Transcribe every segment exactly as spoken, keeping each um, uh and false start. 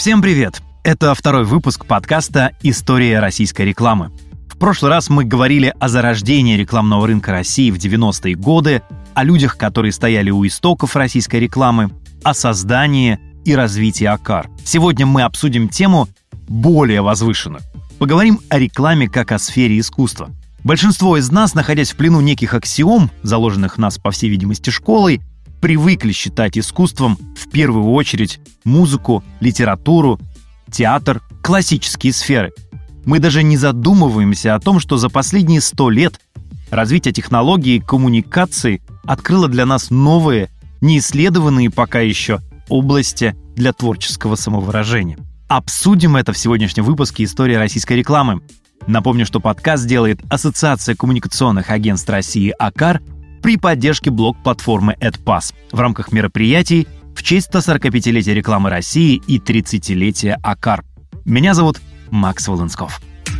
Всем привет! Это второй выпуск подкаста «История российской рекламы». В прошлый раз мы говорили о зарождении рекламного рынка России в девяностые годы, о людях, которые стояли у истоков российской рекламы, о создании и развитии АКАР. Сегодня мы обсудим тему более возвышенную. Поговорим о рекламе как о сфере искусства. Большинство из нас, находясь в плену неких аксиом, заложенных нас, по всей видимости, школой, привыкли считать искусством в первую очередь музыку, литературу, театр, классические сферы. Мы даже не задумываемся о том, что за последние сто лет развитие технологий и коммуникаций открыло для нас новые, неисследованные пока еще области для творческого самовыражения. Обсудим это в сегодняшнем выпуске «Истории российской рекламы». Напомню, что подкаст делает Ассоциация коммуникационных агентств России АКАР при поддержке блог-платформы «Эдпас» в рамках мероприятий в честь сто сорок пятилетия рекламы России и тридцатилетия АКАР. Меня зовут Макс Волынсков.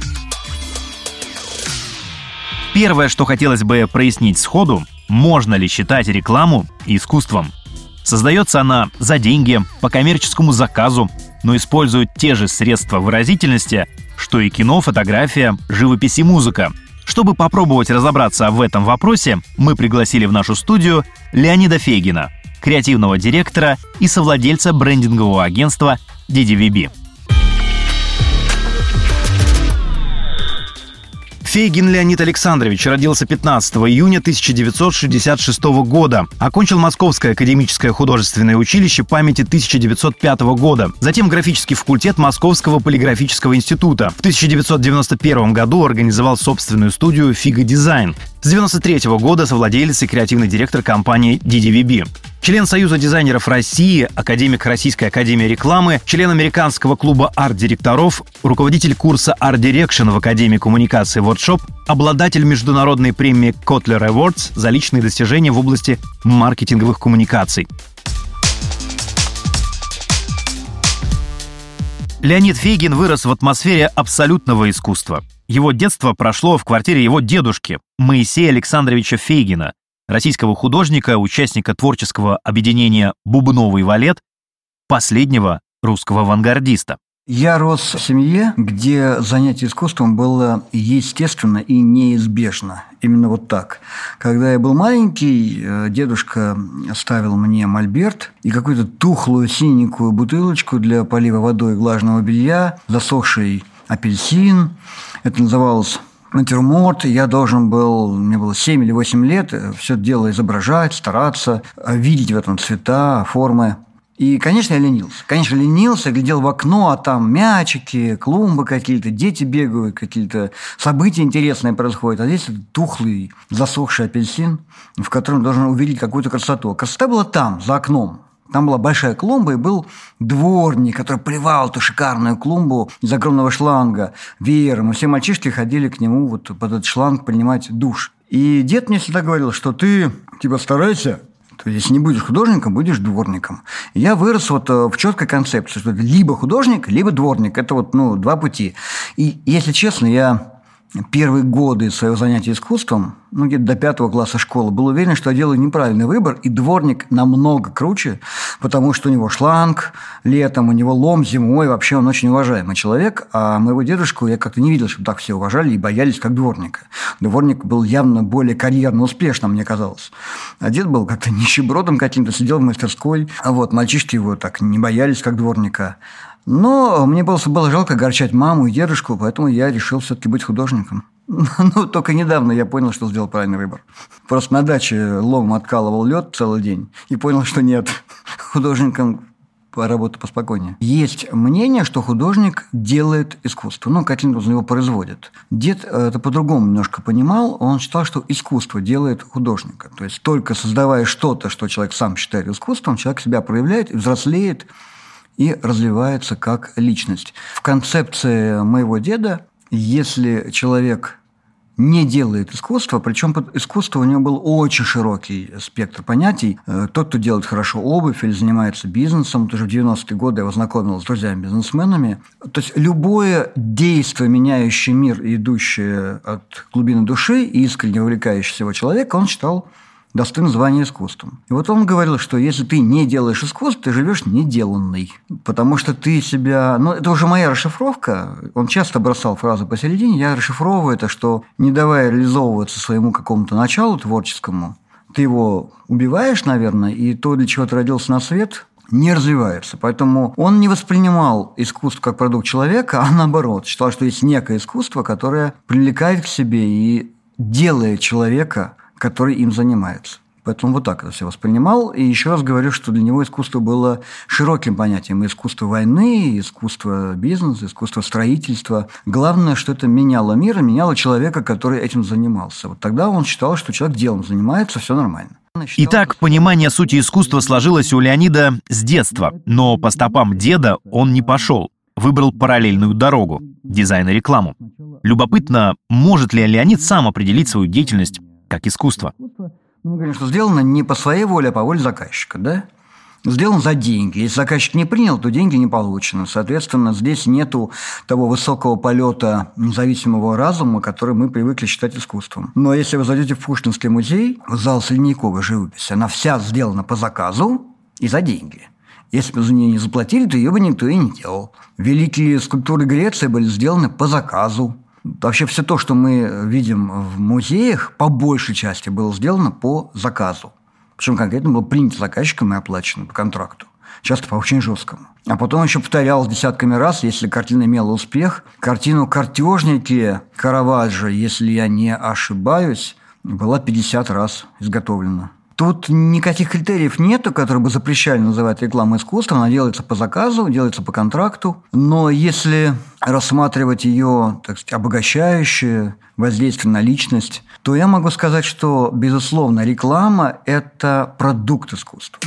Первое, что хотелось бы прояснить сходу, можно ли считать рекламу искусством. Создается она за деньги, по коммерческому заказу, но использует те же средства выразительности, что и кино, фотография, живопись и музыка. Чтобы попробовать разобраться в этом вопросе, мы пригласили в нашу студию Леонида Фейгина, креативного директора и совладельца брендингового агентства ди ди ви би. Фейгин Леонид Александрович родился пятнадцатого июня тысяча девятьсот шестьдесят шестого года. Окончил Московское академическое художественное училище памяти тысяча девятьсот пятого года. Затем графический факультет Московского полиграфического института. В тысяча девятьсот девяносто первом году организовал собственную студию «Фига Дизайн». С девяносто третьего года совладелец и креативный директор компании ди ди ви би. Член Союза дизайнеров России, академик Российской академии рекламы, член американского клуба арт-директоров, руководитель курса Art Direction в Академии коммуникации Workshop, обладатель международной премии Kotler Awards за личные достижения в области маркетинговых коммуникаций. Леонид Фейгин вырос в атмосфере абсолютного искусства. Его детство прошло в квартире его дедушки, Моисея Александровича Фейгина, российского художника, участника творческого объединения «Бубновый валет», последнего русского авангардиста. Я рос в семье, где занятие искусством было естественно и неизбежно. Именно вот так. Когда я был маленький, дедушка ставил мне мольберт и какую-то тухлую синенькую бутылочку для полива водой влажного белья, засохший апельсин. Это называлось натюрморт. Я должен был, мне было семь или восемь лет, все это дело изображать, стараться, видеть в этом цвета, формы. И, конечно, я ленился. Конечно, ленился, глядел в окно, а там мячики, клумбы какие-то, дети бегают, какие-то события интересные происходят. А здесь тухлый, засохший апельсин, в котором должен увидеть какую-то красоту. Красота была там, за окном. Там была большая клумба, и был дворник, который поливал эту шикарную клумбу из огромного шланга веером. И все мальчишки ходили к нему вот под этот шланг принимать душ. И дед мне всегда говорил, что ты типа старайся, то есть, если не будешь художником, будешь дворником. И я вырос вот в четкой концепции, что это либо художник, либо дворник. Это вот ну, два пути. И, если честно, я первые годы своего занятия искусством, ну, где-то до пятого класса школы, был уверен, что я делаю неправильный выбор, и дворник намного круче, потому что у него шланг летом, у него лом зимой, вообще он очень уважаемый человек, а моего дедушку я как-то не видел, чтобы так все уважали и боялись, как дворника. Дворник был явно более карьерно успешным, мне казалось. А дед был как-то нищебродом каким-то, сидел в мастерской, а вот мальчишки его так не боялись, как дворника. Но мне было, было жалко огорчать маму и дедушку, поэтому я решил все-таки быть художником. Ну, только недавно я понял, что сделал правильный выбор. Просто на даче ломом откалывал лед целый день и понял, что нет, художником работа поспокойнее. Есть мнение, что художник делает искусство, ну, каким-то он его производит. Дед это по-другому немножко понимал, он считал, что искусство делает художника. То есть только создавая что-то, что человек сам считает искусством, человек себя проявляет, взрослеет и развивается как личность. В концепции моего деда, если человек не делает искусство, причем под искусство у него был очень широкий спектр понятий. Тот, кто делает хорошо обувь или занимается бизнесом, тоже в девяностые годы я его знакомил с друзьями-бизнесменами. То есть любое действие, меняющее мир и идущее от глубины души и искренне увлекающее его человека, он считал достойно звания искусством. И вот он говорил, что если ты не делаешь искусство, ты живешь неделанный. Потому что ты себя... Ну, это уже моя расшифровка. Он часто бросал фразу посередине. Я расшифровываю это, что не давая реализовываться своему какому-то началу творческому, ты его убиваешь, наверное, и то, для чего ты родился на свет, не развивается. Поэтому он не воспринимал искусство как продукт человека, а наоборот. Считал, что есть некое искусство, которое привлекает к себе и делает человека, который им занимается. Поэтому вот так это все воспринимал. И еще раз говорю, что для него искусство было широким понятием. Искусство войны, искусство бизнеса, искусство строительства. Главное, что это меняло мир и меняло человека, который этим занимался. Вот тогда он считал, что человек делом занимается, все нормально. Итак, понимание сути искусства сложилось у Леонида с детства. Но по стопам деда он не пошел. Выбрал параллельную дорогу – дизайн и рекламу. Любопытно, может ли Леонид сам определить свою деятельность как искусство? Ну, конечно, сделано не по своей воле, а по воле заказчика, да? Сделан за деньги. Если заказчик не принял, то деньги не получены. Соответственно, здесь нету того высокого полета независимого разума, который мы привыкли считать искусством. Но если вы зайдете в Пушкинский музей, в зал средневековой живописи, она вся сделана по заказу и за деньги. Если бы за нее не заплатили, то ее бы никто и не делал. Великие скульптуры Греции были сделаны по заказу. Вообще все то, что мы видим в музеях, по большей части было сделано по заказу. Причем конкретно было принято заказчиком и оплачено по контракту. Часто по очень жесткому. А потом еще повторялось десятками раз, если картина имела успех. Картину «Картежники» Караваджо, если я не ошибаюсь, была пятьдесят раз изготовлена. Тут никаких критериев нету, которые бы запрещали называть рекламу искусства. Она делается по заказу, делается по контракту. Но если рассматривать ее, так сказать, обогащающее воздействие на личность, то я могу сказать, что, безусловно, реклама – это продукт искусства.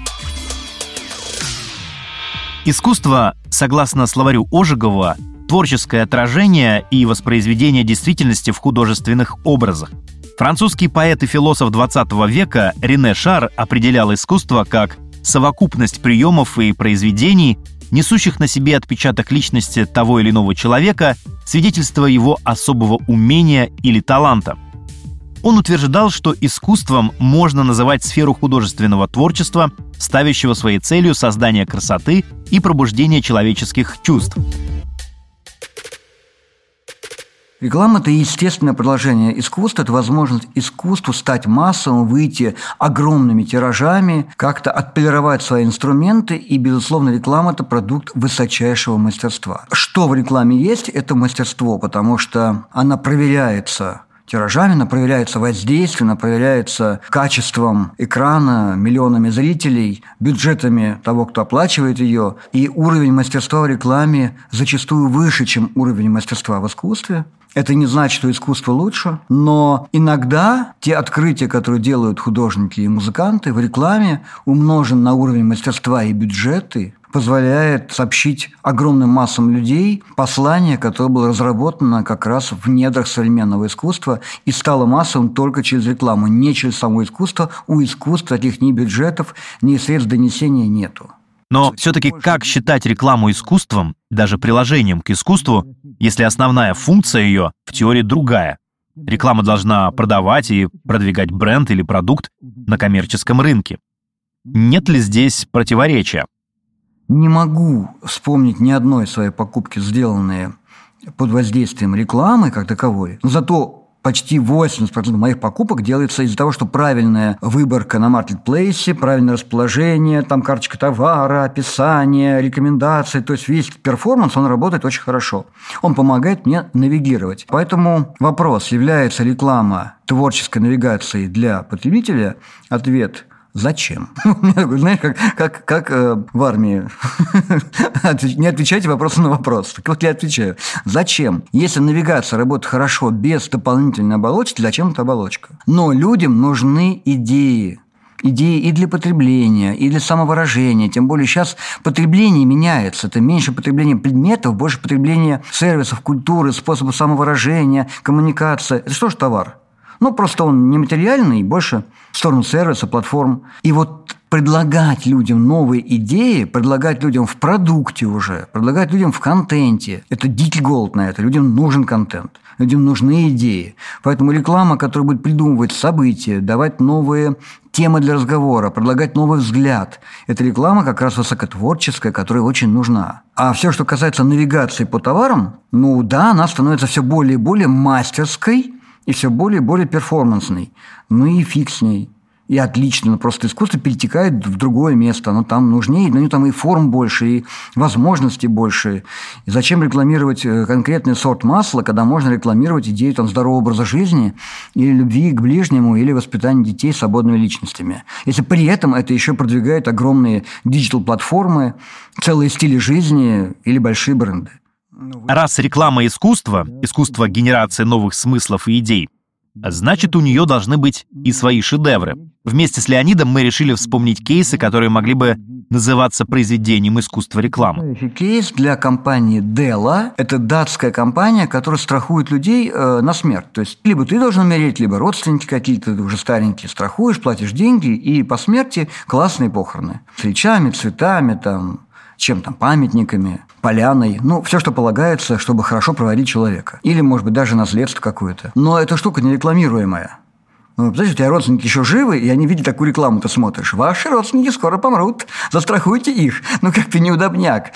Искусство, согласно словарю Ожегова, творческое отражение и воспроизведение действительности в художественных образах. Французский поэт и философ двадцатого века Рене Шар определял искусство как совокупность приемов и произведений, несущих на себе отпечаток личности того или иного человека, свидетельство его особого умения или таланта. Он утверждал, что искусством можно называть сферу художественного творчества, ставящего своей целью создание красоты и пробуждение человеческих чувств. Реклама – это естественное продолжение искусства, это возможность искусству стать массовым, выйти огромными тиражами, как-то отполировать свои инструменты, и, безусловно, реклама – это продукт высочайшего мастерства. Что в рекламе есть – это мастерство, потому что она проверяется тиражами, она проверяется воздействием, она проверяется качеством экрана, миллионами зрителей, бюджетами того, кто оплачивает ее, и уровень мастерства в рекламе зачастую выше, чем уровень мастерства в искусстве. Это не значит, что искусство лучше, но иногда те открытия, которые делают художники и музыканты в рекламе, умножен на уровень мастерства и бюджеты, позволяет сообщить огромным массам людей послание, которое было разработано как раз в недрах современного искусства и стало массовым только через рекламу, не через само искусство. У искусства таких ни бюджетов, ни средств донесения нету. Но все-таки как считать рекламу искусством, даже приложением к искусству, если основная функция ее в теории другая? Реклама должна продавать и продвигать бренд или продукт на коммерческом рынке. Нет ли здесь противоречия? Не могу вспомнить ни одной своей покупки, сделанной под воздействием рекламы как таковой, но зато почти восемьдесят процентов моих покупок делается из-за того, что правильная выборка на маркетплейсе, правильное расположение, там карточка товара, описание, рекомендации, то есть весь перформанс, он работает очень хорошо. Он помогает мне навигировать. Поэтому вопрос, является реклама творческой навигацией для потребителя? Ответ – зачем? Знаешь, как, как, как э, в армии. Не отвечайте вопросом на вопрос. Так вот я отвечаю. Зачем? Если навигация работает хорошо без дополнительной оболочки, зачем эта оболочка? Но людям нужны идеи. Идеи и для потребления, и для самовыражения. Тем более сейчас потребление меняется. Это меньше потребления предметов, больше потребления сервисов, культуры, способов самовыражения, коммуникации. Это что же товар? Ну, просто он нематериальный, больше в сторону сервиса, платформ. И вот предлагать людям новые идеи, предлагать людям в продукте уже, предлагать людям в контенте. Это дикий голод на это. Людям нужен контент. Людям нужны идеи. Поэтому реклама, которая будет придумывать события, давать новые темы для разговора, предлагать новый взгляд, это реклама как раз высокотворческая, которая очень нужна. А все, что касается навигации по товарам, ну да, она становится все более и более мастерской и все более и более перформансной. Ну и фиг с ней. И отлично, но просто искусство перетекает в другое место, оно там нужнее, но там и форм больше, и возможностей больше. И зачем рекламировать конкретный сорт масла, когда можно рекламировать идею там, здорового образа жизни, или любви к ближнему, или воспитания детей свободными личностями. Если при этом это еще продвигает огромные диджитал-платформы, целые стили жизни или большие бренды. Раз реклама искусства, искусство генерации новых смыслов и идей, значит, у нее должны быть и свои шедевры. Вместе с Леонидом мы решили вспомнить кейсы, которые могли бы называться произведением искусства рекламы. Кейс для компании Della. Это датская компания, которая страхует людей э, на смерть. То есть, либо ты должен умереть, либо родственники какие-то уже старенькие. Страхуешь, платишь деньги, и по смерти классные похороны. Свечами, цветами, там, чем там, памятниками, поляной. Ну, все, что полагается, чтобы хорошо проводить человека. Или, может быть, даже наследство какое-то. Но эта штука нерекламируемая. Ну, знаешь, у тебя родственники еще живы, и они видят такую рекламу, ты смотришь. Ваши родственники скоро помрут, застрахуйте их. Ну, как-то неудобняк.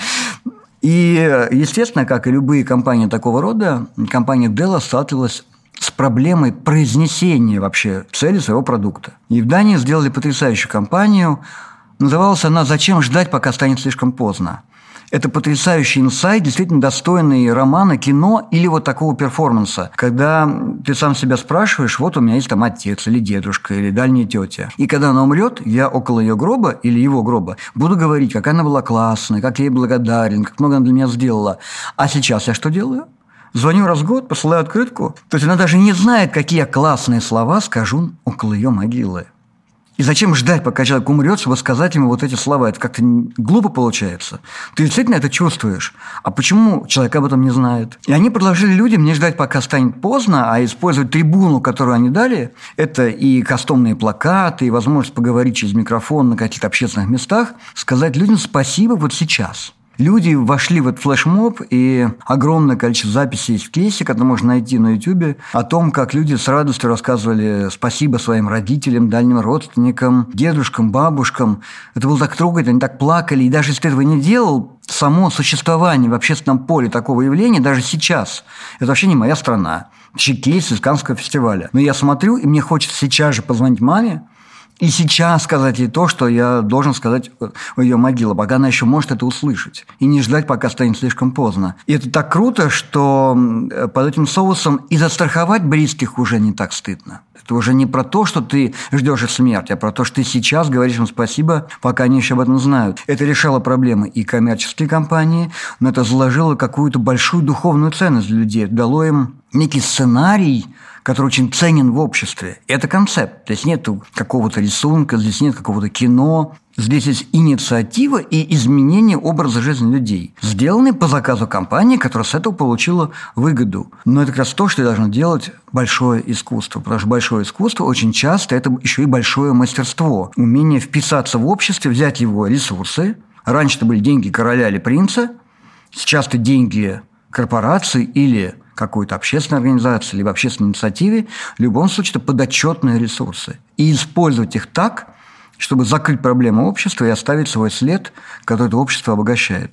И, естественно, как и любые компании такого рода, компания Della сталкивалась с проблемой произнесения вообще цели своего продукта. И в Дании сделали потрясающую кампанию. Называлась она «Зачем ждать, пока станет слишком поздно?». Это потрясающий инсайт, действительно достойный романа, кино или вот такого перформанса, когда ты сам себя спрашиваешь, вот у меня есть там отец или дедушка или дальняя тетя. И когда она умрет, я около ее гроба или его гроба буду говорить, какая она была классная, как я ей благодарен, как много она для меня сделала. А сейчас я что делаю? Звоню раз в год, посылаю открытку. То есть она даже не знает, какие я классные слова скажу около ее могилы. И зачем ждать, пока человек умрет, чтобы сказать ему вот эти слова? Это как-то глупо получается. Ты действительно это чувствуешь. А почему человек об этом не знает? И они предложили людям не ждать, пока станет поздно, а использовать трибуну, которую они дали. Это и кастомные плакаты, и возможность поговорить через микрофон на каких-то общественных местах. Сказать людям спасибо вот сейчас. Люди вошли в этот флешмоб, и огромное количество записей есть в кейсе, которые можно найти на Ютубе, о том, как люди с радостью рассказывали спасибо своим родителям, дальним родственникам, дедушкам, бабушкам. Это было так трогательно, они так плакали. И даже если ты этого не делал, само существование в общественном поле такого явления, даже сейчас, это вообще не моя страна. Это кейс из Каннского фестиваля. Но я смотрю, и мне хочется сейчас же позвонить маме, и сейчас сказать ей то, что я должен сказать у ее могилы, пока она еще может это услышать. И не ждать, пока станет слишком поздно. И это так круто, что под этим соусом и застраховать близких уже не так стыдно. Это уже не про то, что ты ждешь их смерти, а про то, что ты сейчас говоришь им спасибо, пока они еще об этом знают. Это решало проблемы и коммерческие компании, но это заложило какую-то большую духовную ценность для людей. Это дало им некий сценарий, который очень ценен в обществе. Это концепт. Здесь нет какого-то рисунка, здесь нет какого-то кино. Здесь есть инициатива и изменение образа жизни людей, сделанные по заказу компании, которая с этого получила выгоду. Но это как раз то, что должно делать большое искусство. Потому что большое искусство очень часто это еще и большое мастерство. Умение вписаться в общество, взять его ресурсы. Раньше это были деньги короля или принца. Сейчас это деньги корпораций или какой-то общественной организации, либо общественной инициативе. В любом случае, это подотчетные ресурсы. И использовать их так, чтобы закрыть проблемы общества и оставить свой след, который это общество обогащает.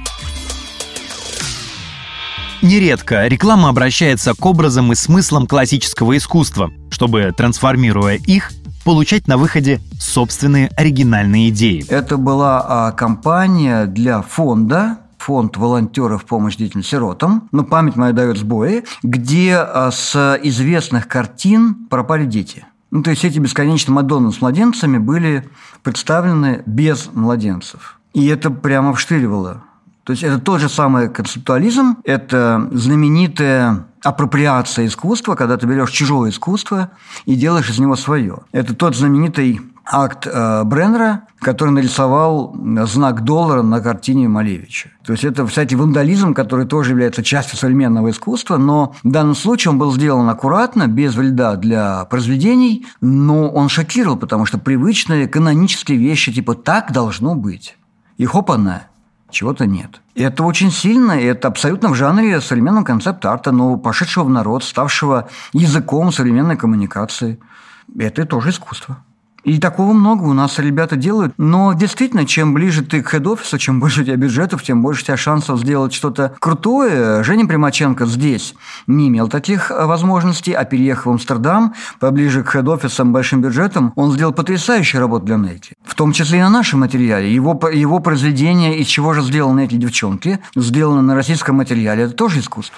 Нередко реклама обращается к образам и смыслам классического искусства, чтобы, трансформируя их, получать на выходе собственные оригинальные идеи. Это была а, кампания для фонда, фонд волонтеров в помощь детям-сиротам, но память моя дает сбои, где а, с известных картин пропали дети. Ну, то есть эти бесконечно Мадонны с младенцами были представлены без младенцев. И это прямо вштыривало. То есть это тот же самый концептуализм, это знаменитая апроприация искусства, когда ты берешь чужое искусство и делаешь из него свое. Это тот знаменитый акт э, Бреннера, который нарисовал знак доллара на картине Малевича. То есть это, кстати, вандализм, который тоже является частью современного искусства, но в данном случае он был сделан аккуратно, без вреда для произведений, но он шокировал, потому что привычные канонические вещи типа «так должно быть». И хоп-она, чего-то нет. И это очень сильно, и это абсолютно в жанре современного концепт-арта, но пошедшего в народ, ставшего языком современной коммуникации. Это тоже искусство. И такого много у нас ребята делают. Но действительно, чем ближе ты к хед-офису, чем больше у тебя бюджетов, тем больше у тебя шансов сделать что-то крутое. Женя Примаченко здесь не имел таких возможностей, а переехав в Амстердам, поближе к хед-офисам, большим бюджетам, он сделал потрясающую работу для Nike. В том числе и на нашем материале. Его, его произведение, из чего же сделаны эти девчонки, сделано на российском материале, это тоже искусство.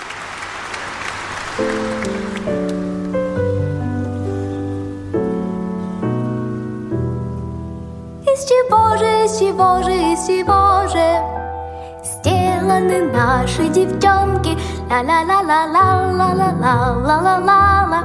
Из чего же, из чего же, из чего же сделаны наши девчонки? Ла-ла-ла-ла-ла-ла-ла-ла-ла-ла-ла.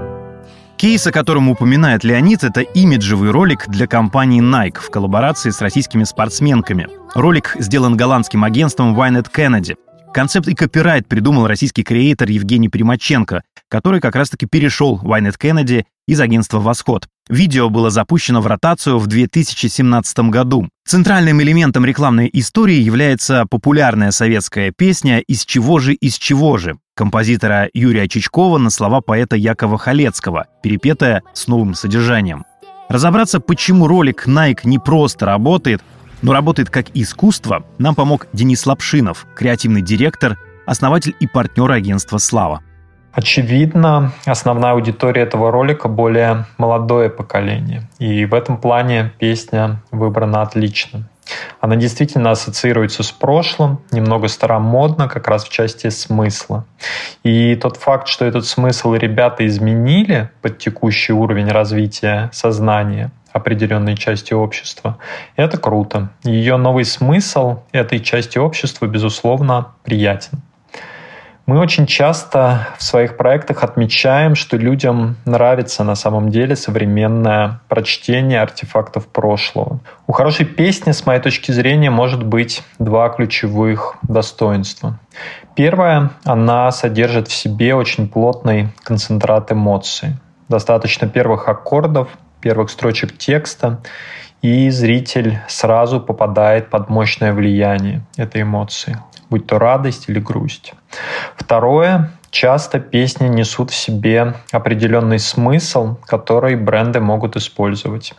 Кейс, о котором упоминает Леонид, это имиджевый ролик для компании Nike в коллаборации с российскими спортсменками. Ролик сделан голландским агентством Wynett Kennedy. Концепт и копирайт придумал российский креатор Евгений Примаченко, который как раз-таки перешел в Wynett Kennedy из агентства «Восход». Видео было запущено в ротацию в две тысячи семнадцатом году. Центральным элементом рекламной истории является популярная советская песня «Из чего же, из чего же» композитора Юрия Чичкова на слова поэта Якова Халецкого, перепетая с новым содержанием. Разобраться, почему ролик Nike не просто работает, но работает как искусство, нам помог Денис Лапшинов, креативный директор, основатель и партнер агентства «Слава». Очевидно, основная аудитория этого ролика более молодое поколение. И в этом плане песня выбрана отлично. Она действительно ассоциируется с прошлым, немного старомодно, как раз в части смысла. И тот факт, что этот смысл ребята изменили под текущий уровень развития сознания определенной части общества, это круто. Ее новый смысл этой части общества, безусловно, приятен. Мы очень часто в своих проектах отмечаем, что людям нравится на самом деле современное прочтение артефактов прошлого. У хорошей песни, с моей точки зрения, может быть два ключевых достоинства. Первое, она содержит в себе очень плотный концентрат эмоций. Достаточно первых аккордов, первых строчек текста, и зритель сразу попадает под мощное влияние этой эмоции, будь то радость или грусть. Второе. Часто песни несут в себе определенный смысл, который бренды могут использовать.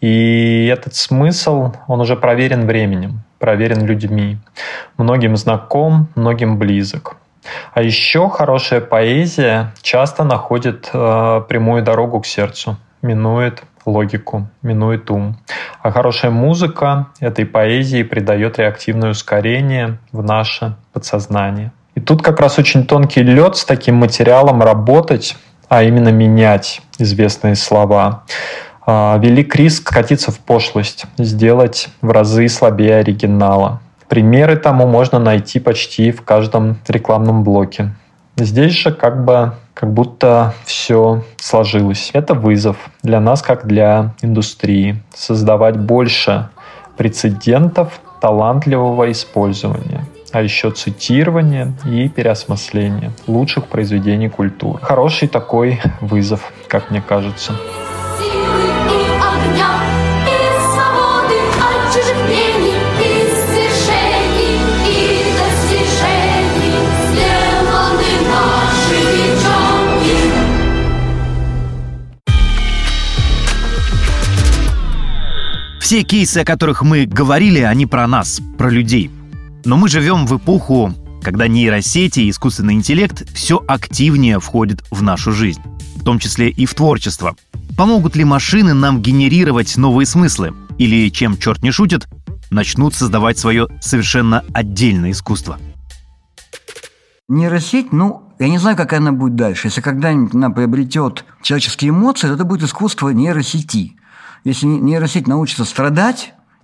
И этот смысл, он уже проверен временем, проверен людьми. Многим знаком, многим близок. А еще хорошая поэзия часто находит э, прямую дорогу к сердцу, минует логику, минует ум. А хорошая музыка этой поэзии придает реактивное ускорение в наше подсознание. И тут как раз очень тонкий лед с таким материалом работать, а именно менять известные слова. Велик риск катиться в пошлость, сделать в разы слабее оригинала. Примеры тому можно найти почти в каждом рекламном блоке. Здесь же как бы как будто все сложилось. Это вызов для нас, как для индустрии. Создавать больше прецедентов талантливого использования, а еще цитирование и переосмысление лучших произведений культуры. Хороший такой вызов, как мне кажется. Все кейсы, о которых мы говорили, они про нас, про людей. Но мы живем в эпоху, когда нейросети и искусственный интеллект все активнее входят в нашу жизнь, в том числе и в творчество. Помогут ли машины нам генерировать новые смыслы? Или, чем черт не шутит, начнут создавать свое совершенно отдельное искусство? Нейросеть, ну, я не знаю, как она будет дальше. Если когда-нибудь она приобретет человеческие эмоции, то это будет искусство нейросети. Если нейросеть научится страдать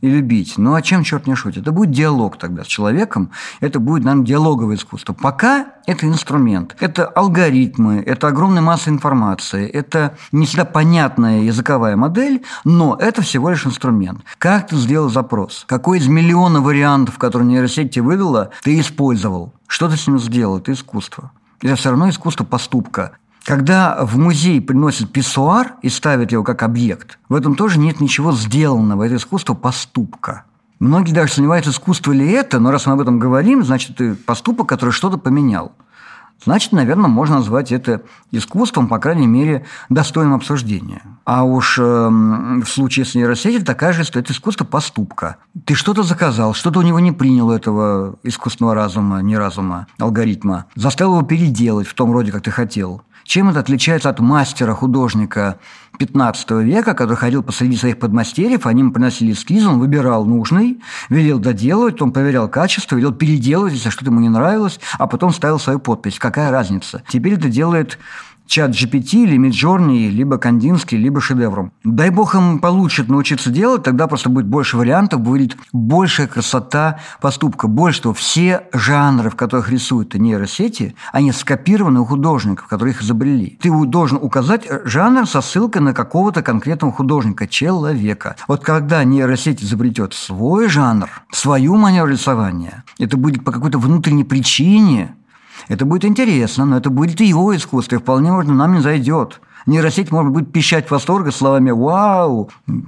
и любить. Ну, о чем черт не шутит? Это будет диалог тогда с человеком, это будет, наверное, диалоговое искусство. Пока это инструмент, это алгоритмы, это огромная масса информации, это не всегда понятная языковая модель, но это всего лишь инструмент. Как ты сделал запрос? Какой из миллиона вариантов, которые нейросеть тебе выдала, ты использовал? Что ты с ним сделал? Это искусство. Это все равно искусство поступка. Когда в музей приносят писсуар и ставят его как объект, в этом тоже нет ничего сделанного. Это искусство поступка. Многие даже сомневаются, искусство ли это, но раз мы об этом говорим, значит, это поступок, который что-то поменял. Значит, наверное, можно назвать это искусством, по крайней мере, достойным обсуждения. А уж э, в случае с нейросетью такая же история – это искусство поступка. Ты что-то заказал, что-то у него не принял, этого искусственного разума, не разума, алгоритма, заставил его переделать в том роде, как ты хотел. Чем это отличается от мастера-художника пятнадцатого века, который ходил посреди своих подмастерьев, они ему приносили эскиз, он выбирал нужный, велел доделывать, он проверял качество, велел переделывать, если что-то ему не нравилось, а потом ставил свою подпись. Какая разница? Теперь это делает чат джи пи ти или Midjourney, либо Кандинский, либо Шедевром. Дай бог им получат научиться делать, тогда просто будет больше вариантов, будет большая красота поступка. Больше того, все жанры, в которых рисуют нейросети, они скопированы у художников, которые их изобрели. Ты должен указать жанр со ссылкой на какого-то конкретного художника, человека. Вот когда нейросеть изобретет свой жанр, свою манеру рисования, это будет по какой-то внутренней причине. Это будет интересно, но это будет и его искусство, и вполне можно нам не зайдет. Нейросеть, может быть, пищать восторга словами «Вау!»,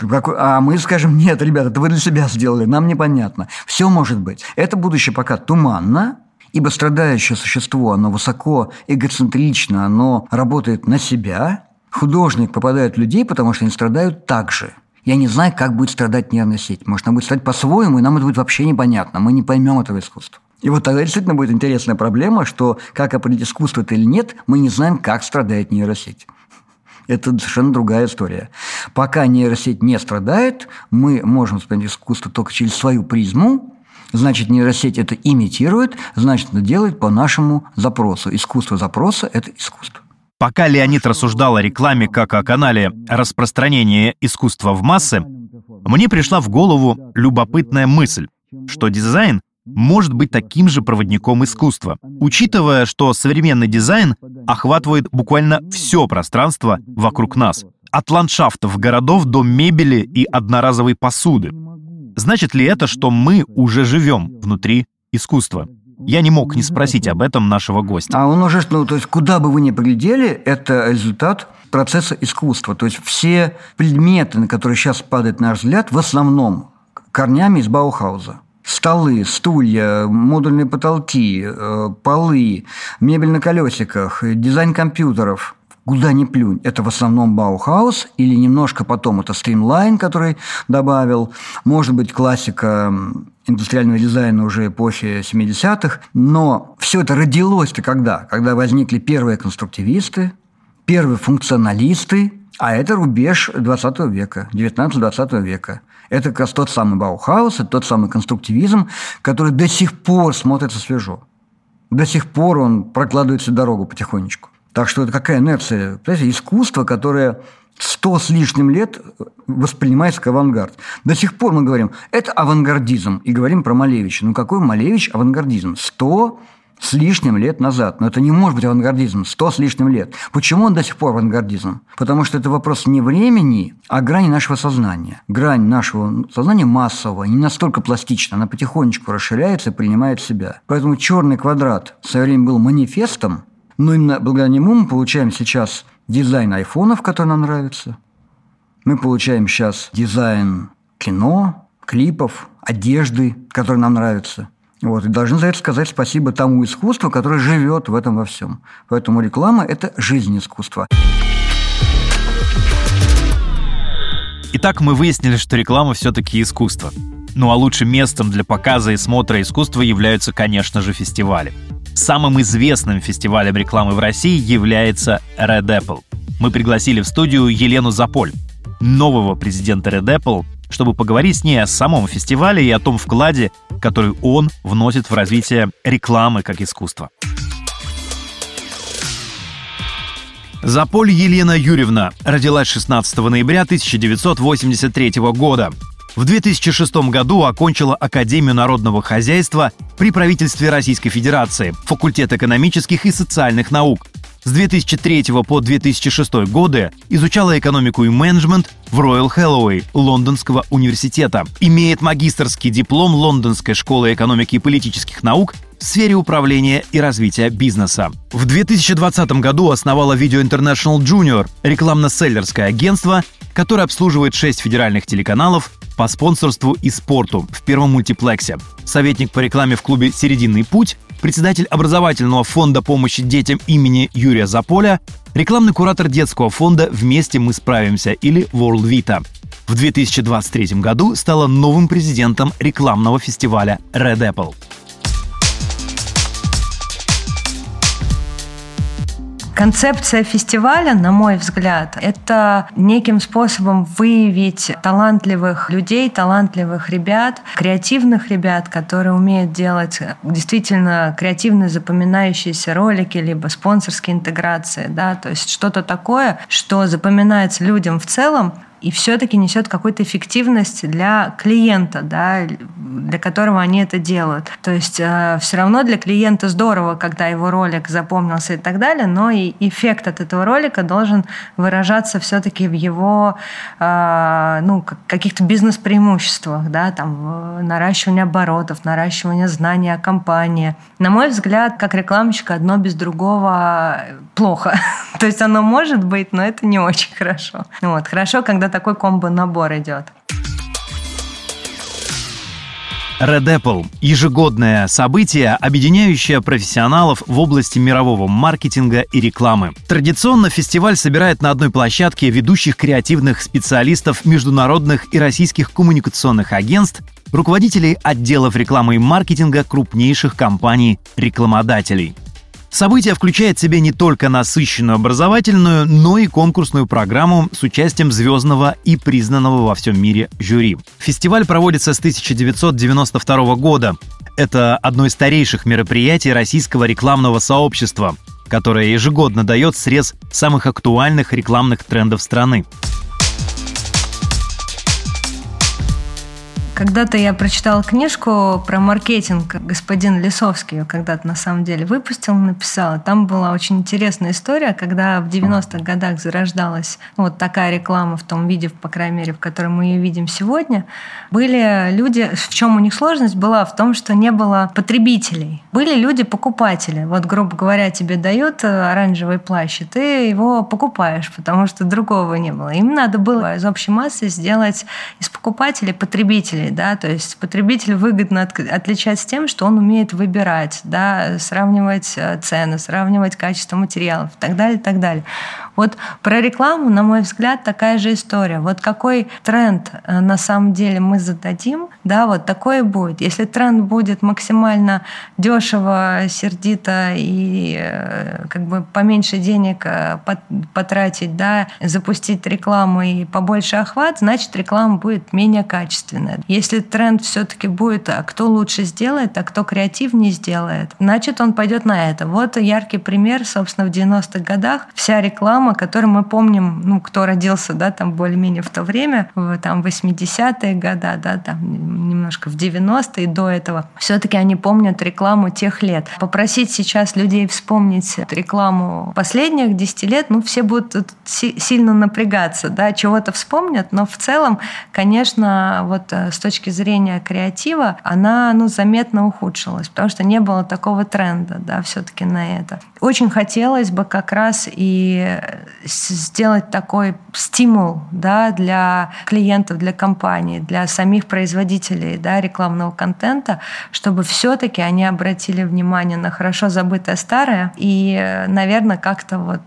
а мы скажем «Нет, ребята, это вы для себя сделали, нам непонятно». Все может быть. Это будущее пока туманно, ибо страдающее существо, оно высоко эгоцентрично, оно работает на себя. Художник попадает в людей, потому что они страдают так же. Я не знаю, как будет страдать нервная сеть. Может, она будет страдать по-своему, и нам это будет вообще непонятно. Мы не поймем этого искусства. И вот тогда действительно будет интересная проблема, что как определить, искусство это или нет, мы не знаем, как страдает нейросеть. Это совершенно другая история. Пока нейросеть не страдает, мы можем воспринять искусство только через свою призму. Значит, нейросеть это имитирует, значит, это делает по нашему запросу. Искусство запроса – это искусство. Пока Леонид рассуждал о рекламе как о канале распространения искусства в массы, мне пришла в голову любопытная мысль, что дизайн может быть таким же проводником искусства, учитывая, что современный дизайн охватывает буквально все пространство вокруг нас, от ландшафтов городов до мебели и одноразовой посуды. Значит ли это, что мы уже живем внутри искусства? Я не мог не спросить об этом нашего гостя. А он уже, ну, то есть, куда бы вы ни поглядели, это результат процесса искусства. То есть, все предметы, на которые сейчас падает наш взгляд, в основном корнями из Баухауза. Столы, стулья, модульные потолки, полы, мебель на колесиках, дизайн компьютеров. Куда ни плюнь. Это в основном Баухаус или немножко потом это Стримлайн, который добавил. Может быть, классика индустриального дизайна уже эпохи семидесятых. Но все это родилось-то когда? Когда возникли первые конструктивисты, первые функционалисты, а это рубеж двадцатого века, девятнадцатого-двадцатого века. Это как раз тот самый Баухаус, это тот самый конструктивизм, который до сих пор смотрится свежо. До сих пор он прокладывает всю дорогу потихонечку. Так что это какая инерция? Понимаете, искусство, которое сто с лишним лет воспринимается как авангард. До сих пор мы говорим, это авангардизм, и говорим про Малевича. Ну какой Малевич авангардизм? Сто с лишним лет назад. Но это не может быть авангардизм. Сто с лишним лет. Почему он до сих пор авангардизм? Потому что это вопрос не времени, а грани нашего сознания. Грань нашего сознания массового, не настолько пластична, она потихонечку расширяется и принимает себя. Поэтому «Черный квадрат» в свое время был манифестом, но именно благодаря нему мы получаем сейчас дизайн айфонов, который нам нравится. Мы получаем сейчас дизайн кино, клипов, одежды, которые нам нравятся. Вот, и должны за это сказать спасибо тому искусству, которое живет в этом во всем. Поэтому реклама – это жизнь искусства. Итак, мы выяснили, что реклама все-таки искусство. Ну а лучшим местом для показа и смотра искусства являются, конечно же, фестивали. Самым известным фестивалем рекламы в России является Red Apple. Мы пригласили в студию Елену Заполь, нового президента Red Apple, чтобы поговорить с ней о самом фестивале и о том вкладе, который он вносит в развитие рекламы как искусства. Заполь Елена Юрьевна родилась шестнадцатого ноября тысяча девятьсот восемьдесят третьего года. В две тысячи шестом году окончила Академию народного хозяйства при правительстве Российской Федерации, факультет экономических и социальных наук. С две тысячи третьего по две тысячи шестой годы изучала экономику и менеджмент в Royal Holloway Лондонского университета. Имеет магистерский диплом Лондонской школы экономики и политических наук в сфере управления и развития бизнеса. В две тысячи двадцатом году основала Video International Junior, рекламно-селлерское агентство, которое обслуживает шесть федеральных телеканалов по спонсорству и спорту в Первом мультиплексе. Советник по рекламе в клубе «Серединный путь», председатель образовательного фонда помощи детям имени Юрия Заполя, рекламный куратор детского фонда «Вместе мы справимся» или World Vita. В две тысячи двадцать третьем году стала новым президентом рекламного фестиваля Red Apple. Концепция фестиваля, на мой взгляд, это неким способом выявить талантливых людей, талантливых ребят, креативных ребят, которые умеют делать действительно креативные запоминающиеся ролики, либо спонсорские интеграции, да, то есть что-то такое, что запоминается людям в целом, и все-таки несет какую-то эффективность для клиента, да, для которого они это делают. То есть э, все равно для клиента здорово, когда его ролик запомнился и так далее, но и эффект от этого ролика должен выражаться все-таки в его э, ну, каких-то бизнес-преимуществах, да, там, наращивание оборотов, наращивание знаний о компании. На мой взгляд, как рекламщик, одно без другого плохо. То есть оно может быть, но это не очень хорошо. Вот. Хорошо, когда такой комбо-набор идет. Red Apple – ежегодное событие, объединяющее профессионалов в области мирового маркетинга и рекламы. Традиционно фестиваль собирает на одной площадке ведущих креативных специалистов международных и российских коммуникационных агентств, руководителей отделов рекламы и маркетинга крупнейших компаний-рекламодателей. Событие включает в себя не только насыщенную образовательную, но и конкурсную программу с участием звездного и признанного во всем мире жюри. Фестиваль проводится с тысяча девятьсот девяносто второго года. Это одно из старейших мероприятий российского рекламного сообщества, которое ежегодно дает срез самых актуальных рекламных трендов страны. Когда-то я прочитала книжку про маркетинг. Господин Лисовский ее когда-то на самом деле выпустил, написал. Там была очень интересная история, когда в девяностых годах зарождалась вот такая реклама в том виде, по крайней мере, в котором мы ее видим сегодня. Были люди, в чем у них сложность была, в том, что не было потребителей. Были люди-покупатели. Вот, грубо говоря, тебе дают оранжевый плащ, и ты его покупаешь, потому что другого не было. Им надо было из общей массы сделать из покупателей потребителей. Да, то есть потребитель выгодно от, отличать с тем, что он умеет выбирать, да, сравнивать цены, сравнивать качество материалов и так далее, и так далее. Вот про рекламу, на мой взгляд, такая же история. Вот какой тренд на самом деле мы зададим, да, вот такой и будет. Если тренд будет максимально дешево, сердито и как бы поменьше денег потратить, да, запустить рекламу и побольше охват, значит, реклама будет менее качественная. Если тренд все-таки будет, а кто лучше сделает, а кто креативнее сделает, значит, он пойдет на это. Вот яркий пример, собственно, в девяностых годах. Вся реклама, которую мы помним, ну, кто родился, да, там более-менее в то время, в там, восьмидесятые годы, да, там немножко в девяностые, до этого, все-таки они помнят рекламу тех лет. Попросить сейчас людей вспомнить рекламу последних десяти лет, ну, все будут сильно напрягаться, да, чего-то вспомнят, но в целом, конечно, вот с точки зрения креатива, она, ну, заметно ухудшилась, потому что не было такого тренда, да, все-таки на это. Очень хотелось бы как раз и сделать такой стимул, да, для клиентов, для компаний, для самих производителей, да, рекламного контента, чтобы все-таки они обратили внимание на хорошо забытое старое и, наверное, как-то вот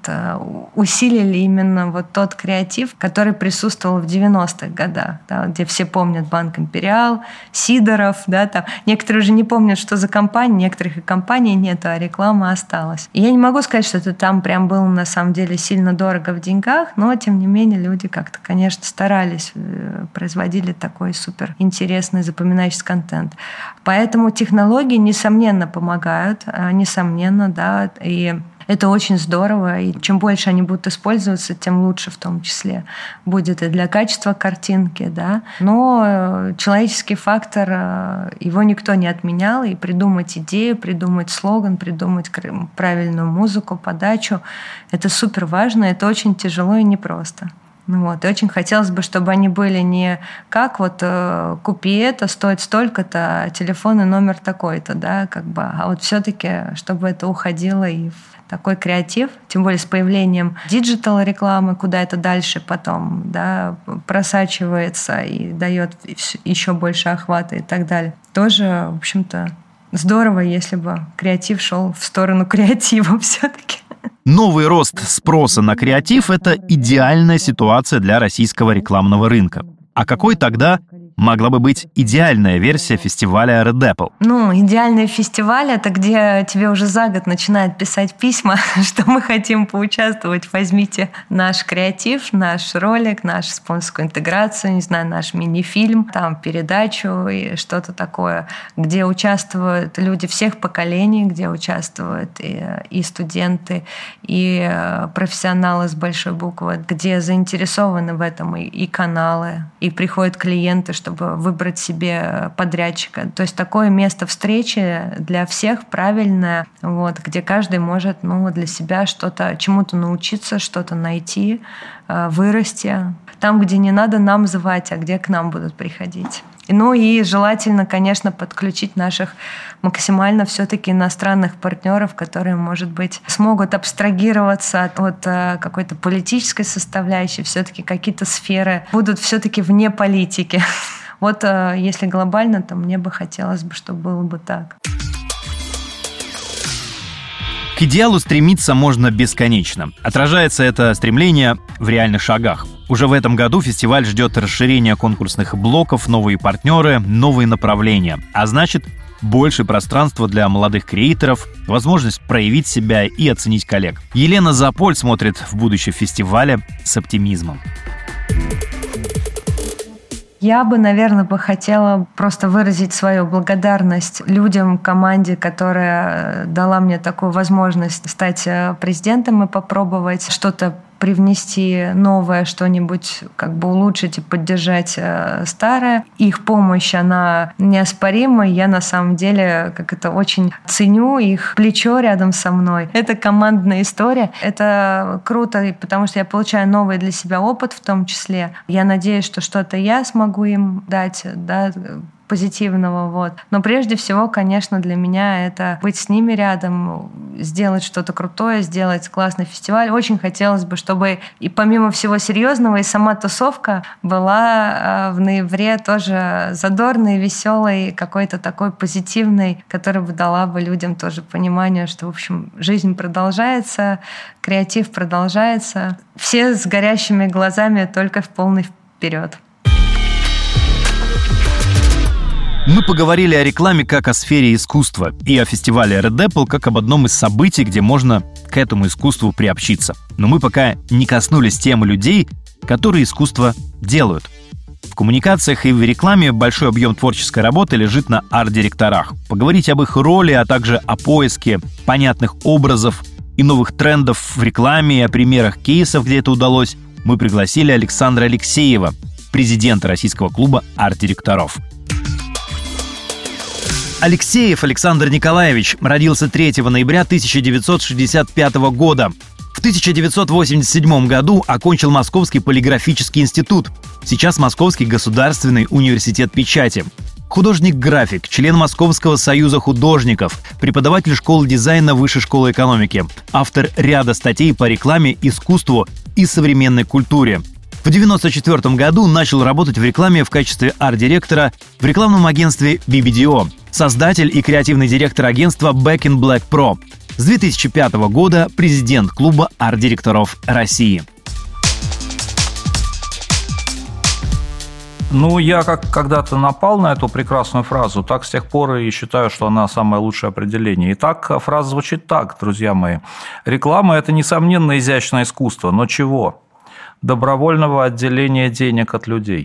усилили именно вот тот креатив, который присутствовал в девяностых годах, да, где все помнят Банк Империал, Сидоров, да, там. Некоторые уже не помнят, что за компания, некоторых и компаний нету, а реклама осталась. И я не могу сказать, что это там прям было на самом деле сильно дорого в деньгах, но тем не менее люди как-то, конечно, старались, производили такой супер интересный, запоминающийся контент. Поэтому технологии, несомненно, помогают, несомненно, да, и Это очень здорово, и чем больше они будут использоваться, тем лучше в том числе будет и для качества картинки, да. Но человеческий фактор, его никто не отменял, и придумать идею, придумать слоган, придумать правильную музыку, подачу — это супер важно, это очень тяжело и непросто. Вот. И очень хотелось бы, чтобы они были не как вот э, купи это, стоит столько-то, телефон и номер такой-то, да, как бы, а вот все-таки, чтобы это уходило и в такой креатив, тем более с появлением диджитал-рекламы, куда это дальше потом, да, просачивается и дает еще больше охвата и так далее. Тоже, в общем-то, здорово, если бы креатив шел в сторону креатива все-таки. Новый рост спроса на креатив – это идеальная ситуация для российского рекламного рынка. А какой тогда могла бы быть идеальная версия фестиваля Red Apple? Ну, идеальный фестиваль — это где тебе уже за год начинают писать письма, что мы хотим поучаствовать, возьмите наш креатив, наш ролик, нашу спонсорскую интеграцию, не знаю, наш мини-фильм, там, передачу и что-то такое, где участвуют люди всех поколений, где участвуют и, и студенты, и профессионалы с большой буквы, где заинтересованы в этом и, и каналы, и приходят клиенты, чтобы чтобы выбрать себе подрядчика. То есть такое место встречи для всех правильное, вот, где каждый может, ну, для себя что-то, чему-то научиться, что-то найти, вырасти. Там, где не надо нам звать, а где к нам будут приходить. Ну и желательно, конечно, подключить наших максимально все-таки иностранных партнеров, которые, может быть, смогут абстрагироваться от, от какой-то политической составляющей, все-таки какие-то сферы будут все-таки вне политики. Вот если глобально, то мне бы хотелось бы, чтобы было бы так. К идеалу стремиться можно бесконечно. Отражается это стремление в реальных шагах. Уже в этом году фестиваль ждет расширения конкурсных блоков, новые партнеры, новые направления. А значит, больше пространства для молодых креаторов, возможность проявить себя и оценить коллег. Елена Заполь смотрит в будущее фестиваля с оптимизмом. Я бы, наверное, бы хотела просто выразить свою благодарность людям, команде, которая дала мне такую возможность стать президентом и попробовать что-то привнести новое, что-нибудь как бы улучшить и поддержать э, старое. Их помощь, она неоспорима. Я на самом деле как это очень ценю их плечо рядом со мной. Это командная история. Это круто, потому что я получаю новый для себя опыт в том числе. Я надеюсь, что что-то я смогу им дать, да, позитивного. Вот. Но прежде всего, конечно, для меня это быть с ними рядом, сделать что-то крутое, сделать классный фестиваль. Очень хотелось бы, чтобы и помимо всего серьезного, и сама тусовка была в ноябре тоже задорной, веселой, какой-то такой позитивной, которая бы дала бы людям тоже понимание, что, в общем, жизнь продолжается, креатив продолжается. Все с горящими глазами только в полный вперед. Мы поговорили о рекламе как о сфере искусства и о фестивале Red Apple как об одном из событий, где можно к этому искусству приобщиться. Но мы пока не коснулись темы людей, которые искусство делают. В коммуникациях и в рекламе большой объем творческой работы лежит на арт-директорах. Поговорить об их роли, а также о поиске понятных образов и новых трендов в рекламе, и о примерах кейсов, где это удалось, мы пригласили Александра Алексеева, президента Российского клуба арт-директоров. Алексеев Александр Николаевич родился третьего ноября тысяча девятьсот шестьдесят пятого года. В тысяча девятьсот восемьдесят седьмом году окончил Московский полиграфический институт, сейчас Московский государственный университет печати. Художник-график, член Московского союза художников, преподаватель школы дизайна Высшей школы экономики, автор ряда статей по рекламе, искусству и современной культуре. В девяносто четвёртом году начал работать в рекламе в качестве арт-директора в рекламном агентстве би би ди о, создатель и креативный директор агентства Back in Black Pro. С две тысячи пятого года президент клуба арт-директоров России. Ну, я как когда-то напал на эту прекрасную фразу, так с тех пор и считаю, что она самое лучшее определение. Итак, фраза звучит так, друзья мои. Реклама – это, несомненно, изящное искусство, но чего? Добровольного отделения денег от людей.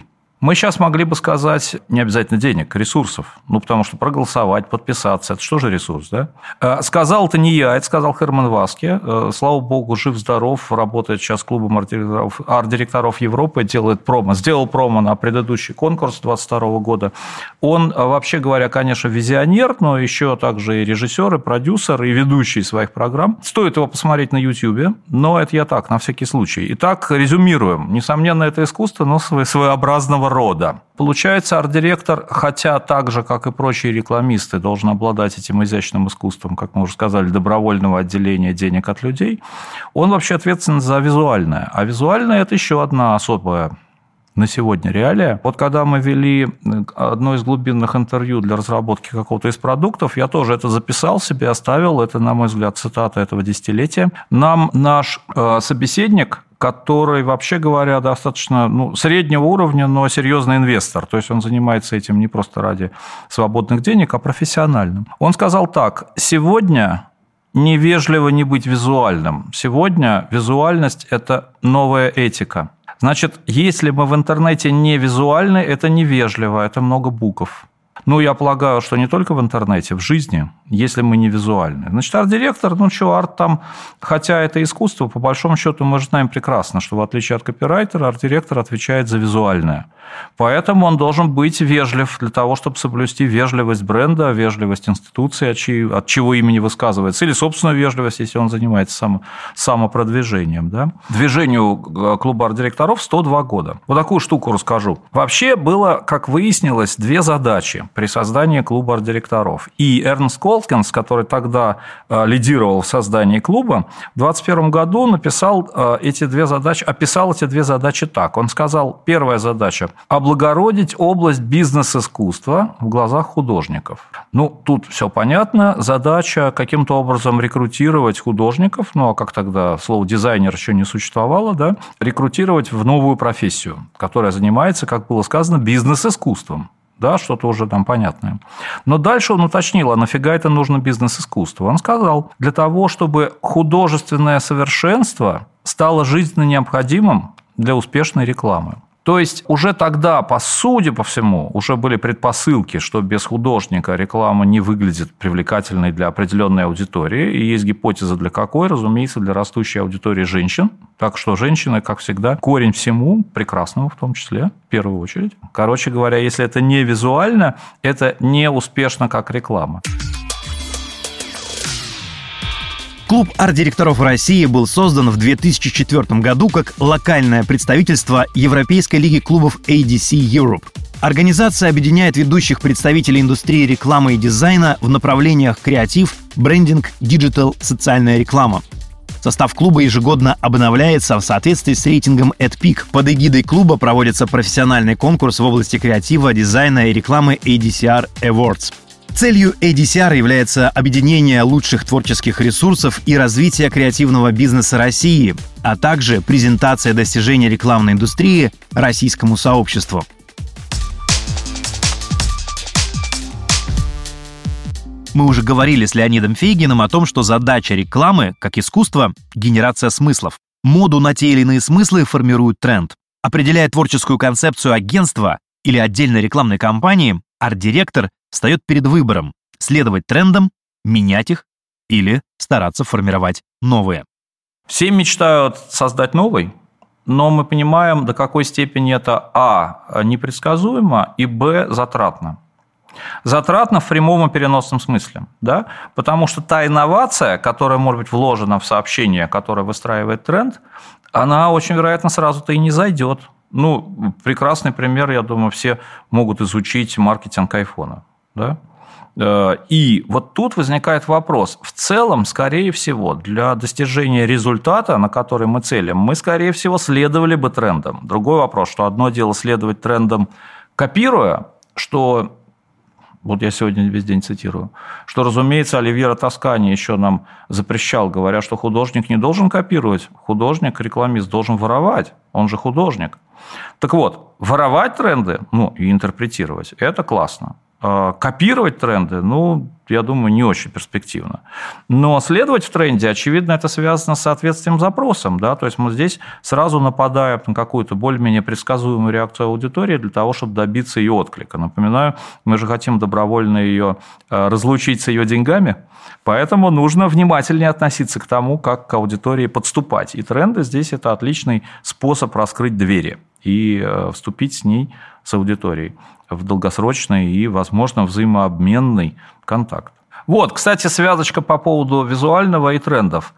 Мы сейчас могли бы сказать, не обязательно денег, ресурсов. Ну, потому что проголосовать, подписаться – это что же ресурс, да? Сказал это не я, это сказал Херман Васке. Слава богу, жив-здоров, работает сейчас с клубом арт-директоров, арт-директоров Европы, делает промо. Сделал промо на предыдущий конкурс двадцать второго года. Он, вообще говоря, конечно, визионер, но еще также и режиссер, и продюсер, и ведущий своих программ. Стоит его посмотреть на YouTube, но это я так, на всякий случай. Итак, резюмируем. Несомненно, это искусство, но своеобразного рода. Получается, арт-директор, хотя так же, как и прочие рекламисты, должен обладать этим изящным искусством, как мы уже сказали, добровольного отделения денег от людей, он вообще ответственен за визуальное. А визуальное – это еще одна особая на сегодня реалия. Вот когда мы вели одно из глубинных интервью для разработки какого-то из продуктов, я тоже это записал себе, оставил. Это, на мой взгляд, цитата этого десятилетия. Нам наш э, собеседник, который, вообще говоря, достаточно ну, среднего уровня, но серьезный инвестор. То есть он занимается этим не просто ради свободных денег, а профессиональным. Он сказал так: сегодня невежливо не быть визуальным. Сегодня визуальность – это новая этика. Значит, если мы в интернете не визуальны, это невежливо, это много букв. Ну, я полагаю, что не только в интернете, в жизни, если мы не визуальны. Значит, арт-директор, ну что, арт там, хотя это искусство, по большому счету мы же знаем прекрасно, что в отличие от копирайтера, арт-директор отвечает за визуальное. Поэтому он должен быть вежлив для того, чтобы соблюсти вежливость бренда, вежливость институции, от, чьи, от чего имени высказывается, или собственную вежливость, если он занимается само, самопродвижением. Да? Движению клуба арт-директоров сто два года. Вот такую штуку расскажу. Вообще было, как выяснилось, две задачи при создании клуба арт-директоров. И Эрнст Колкинс, который тогда лидировал в создании клуба, в двадцать первом году написал эти две задачи, описал эти две задачи так. Он сказал, первая задача – облагородить область бизнес-искусства в глазах художников. Ну, тут все понятно. Задача каким-то образом рекрутировать художников, ну, а как тогда слово «дизайнер» еще не существовало, да, рекрутировать в новую профессию, которая занимается, как было сказано, бизнес-искусством. Да, что-то уже там понятное. Но дальше он уточнил, а нафига это нужно бизнес-искусство? Он сказал, для того, чтобы художественное совершенство стало жизненно необходимым для успешной рекламы. То есть уже тогда, по судя по всему, уже были предпосылки, что без художника реклама не выглядит привлекательной для определенной аудитории. И есть гипотеза для какой? Разумеется, для растущей аудитории женщин. Так что женщины, как всегда, корень всему, прекрасному в том числе, в первую очередь. Короче говоря, если это не визуально, это не успешно как реклама. Клуб арт-директоров России был создан в две тысячи четвёртом году как локальное представительство Европейской лиги клубов эй ди си Europe. Организация объединяет ведущих представителей индустрии рекламы и дизайна в направлениях креатив, брендинг, диджитал, социальная реклама. Состав клуба ежегодно обновляется в соответствии с рейтингом эдпик. Под эгидой клуба проводится профессиональный конкурс в области креатива, дизайна и рекламы эй ди си ар Awards. Целью эй ди си ар является объединение лучших творческих ресурсов и развитие креативного бизнеса России, а также презентация достижений рекламной индустрии российскому сообществу. Мы уже говорили с Леонидом Фейгиным о том, что задача рекламы, как искусство, — генерация смыслов. Моду на те или иные смыслы формирует тренд. Определяя творческую концепцию агентства или отдельной рекламной кампании, арт-директор встает перед выбором – следовать трендам, менять их или стараться формировать новые. Все мечтают создать новый, но мы понимаем, до какой степени это а. непредсказуемо и б. затратно. Затратно в прямом и переносном смысле, да? Потому что та инновация, которая может быть вложена в сообщение, которое выстраивает тренд, она очень вероятно сразу-то и не зайдет. Ну, прекрасный пример, я думаю, все могут изучить маркетинг айфона. Да? И вот тут возникает вопрос. В целом, скорее всего, для достижения результата, на который мы целим, мы, скорее всего, следовали бы трендам. Другой вопрос, что одно дело следовать трендам, копируя, что, вот я сегодня весь день цитирую, что, разумеется, Оливьеро Тоскани еще нам запрещал, говоря, что художник не должен копировать, художник, рекламист должен воровать, он же художник. Так вот, воровать тренды, ну, и интерпретировать – это классно. Копировать тренды, ну, я думаю, не очень перспективно. Но следовать в тренде, очевидно, это связано с соответствием запросам. Да? То есть мы здесь сразу нападаем на какую-то более-менее предсказуемую реакцию аудитории для того, чтобы добиться ее отклика. Напоминаю, мы же хотим добровольно ее разлучить с ее деньгами, поэтому нужно внимательнее относиться к тому, как к аудитории подступать. И тренды здесь – это отличный способ раскрыть двери и вступить с ней, с аудиторией, в долгосрочный и, возможно, взаимообменный контакт. Вот, кстати, связочка по поводу визуального и трендов.